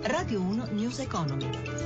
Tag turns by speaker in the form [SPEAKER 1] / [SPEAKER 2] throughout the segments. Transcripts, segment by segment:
[SPEAKER 1] Radio 1 News Economy.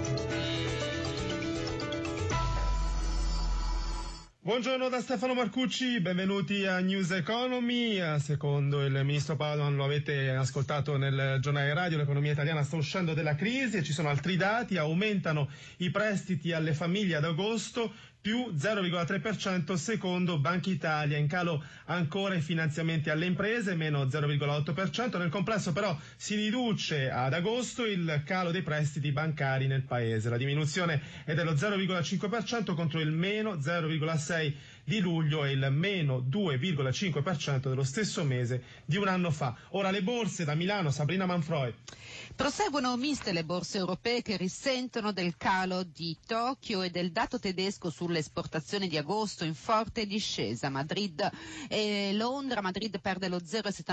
[SPEAKER 2] Buongiorno da Stefano Marcucci, benvenuti a News Economy. Secondo il ministro Padoan, lo avete ascoltato nel giornale radio, l'economia italiana sta uscendo dalla crisi e ci sono altri dati. Aumentano i prestiti alle famiglie ad agosto, più 0,3% secondo Banca Italia, in calo ancora i finanziamenti alle imprese, meno 0,8%. Nel complesso però si riduce ad agosto il calo dei prestiti bancari nel paese. La diminuzione è dello 0,5% contro il meno 0,6% di luglio e il meno 2,5% dello stesso mese di un anno fa. Ora le borse, da Milano, Sabrina Manfroi.
[SPEAKER 3] Proseguono miste le borse europee che risentono del calo di Tokyo e del dato tedesco sulle esportazioni di agosto in forte discesa. Madrid e Londra, Madrid perde lo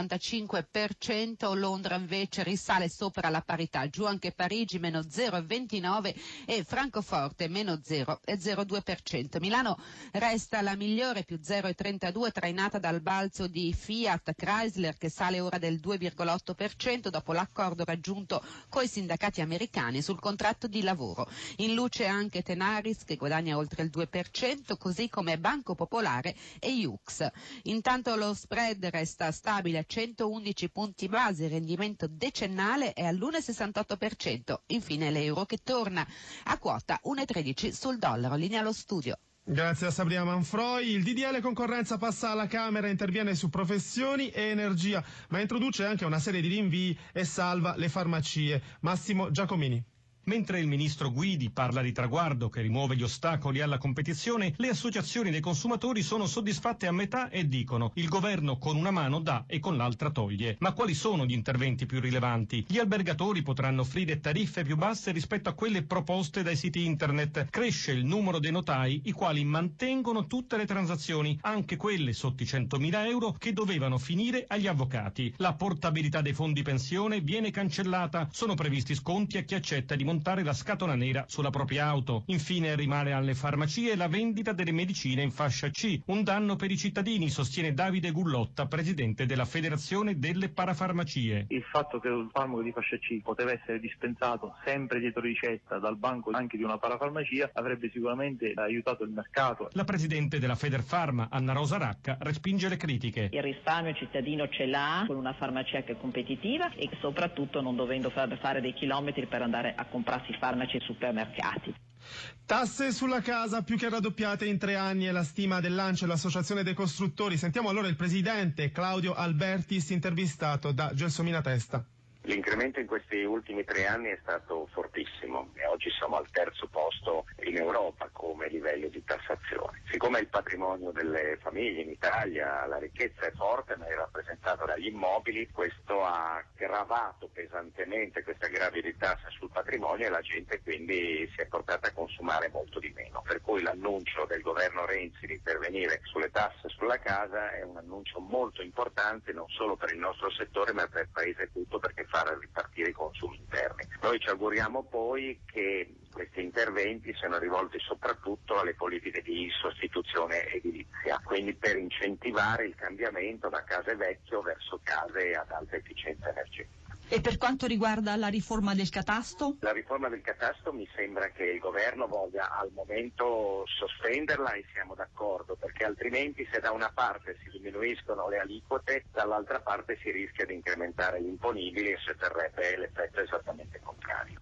[SPEAKER 3] 0,75%, Londra invece risale sopra la parità, giù anche Parigi meno 0,29% e Francoforte meno 0,02%. Milano resta la migliore, più 0,32%, trainata dal balzo di Fiat Chrysler che sale ora del 2,8% dopo l'accordo raggiunto coi sindacati americani sul contratto di lavoro. In luce anche Tenaris che guadagna oltre il 2%, così come Banco Popolare e Iux. Intanto lo spread resta stabile a 111 punti base, il rendimento decennale è all'1,68%. Infine l'euro che torna a quota 1,13 sul dollaro. Linea allo studio.
[SPEAKER 2] Grazie a Sabrina Manfroi. Il DDL concorrenza passa alla Camera, interviene su professioni e energia, ma introduce anche una serie di rinvii e salva le farmacie. Massimo Giacomini.
[SPEAKER 4] Mentre il ministro Guidi parla di traguardo che rimuove gli ostacoli alla competizione, le associazioni dei consumatori sono soddisfatte a metà e dicono: il governo con una mano dà e con l'altra toglie. Ma quali sono gli interventi più rilevanti? Gli albergatori potranno offrire tariffe più basse rispetto a quelle proposte dai siti internet. Cresce il numero dei notai, i quali mantengono tutte le transazioni, anche quelle sotto i 100.000 euro che dovevano finire agli avvocati. La portabilità dei fondi pensione viene cancellata. Sono previsti sconti a chi accetta di montare la scatola nera sulla propria auto. Infine rimane alle farmacie la vendita delle medicine in fascia C, un danno per i cittadini, sostiene Davide Gullotta, presidente della Federazione delle Parafarmacie.
[SPEAKER 5] Il fatto che il farmaco di fascia C poteva essere dispensato sempre dietro ricetta dal banco anche di una parafarmacia avrebbe sicuramente aiutato il mercato.
[SPEAKER 4] La presidente della Federfarma, Anna Rosa Racca, respinge le critiche.
[SPEAKER 6] Il risparmio cittadino ce l'ha con una farmacia che è competitiva e soprattutto non dovendo fare dei chilometri per andare a comprarsi farmaci ai supermercati.
[SPEAKER 2] Tasse sulla casa più che raddoppiate in 3 anni è la stima dell'ANCE, l'Associazione dei Costruttori. Sentiamo allora il presidente Claudio Albertis, intervistato da Gelsomina Testa.
[SPEAKER 7] L'incremento in questi ultimi 3 anni è stato fortissimo e oggi siamo al 3° posto in Europa come livello di tassazione. Siccome il patrimonio delle famiglie in Italia, la ricchezza è forte ma è rappresentata dagli immobili, questo ha gravato pesantemente questa gravità di tassa sul patrimonio e la gente quindi si è portata a consumare molto di meno. Per cui l'annuncio del governo Renzi di intervenire sulle tasse sulla casa è un annuncio molto importante non solo per il nostro settore ma per il paese tutto, perché far ripartire i consumi interni. Noi ci auguriamo poi che questi interventi siano rivolti soprattutto alle politiche di sostituzione edilizia, quindi per incentivare il cambiamento da case vecchie verso case ad alta efficienza energetica.
[SPEAKER 8] E per quanto riguarda la riforma del catasto?
[SPEAKER 7] La riforma del catasto mi sembra che il governo voglia al momento sospenderla e siamo d'accordo, perché altrimenti se da una parte si diminuiscono le aliquote, dall'altra parte si rischia di incrementare gli imponibili e si otterrebbe l'effetto esattamente contrario.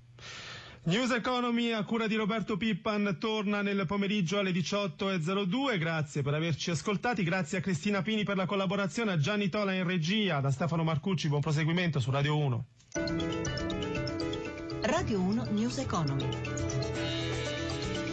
[SPEAKER 2] News Economy a cura di Roberto Pippan torna nel pomeriggio alle 18:02. Grazie per averci ascoltati, grazie a Cristina Pini per la collaborazione, a Gianni Tola in regia, da Stefano Marcucci buon proseguimento su Radio 1.
[SPEAKER 1] Radio 1 News Economy.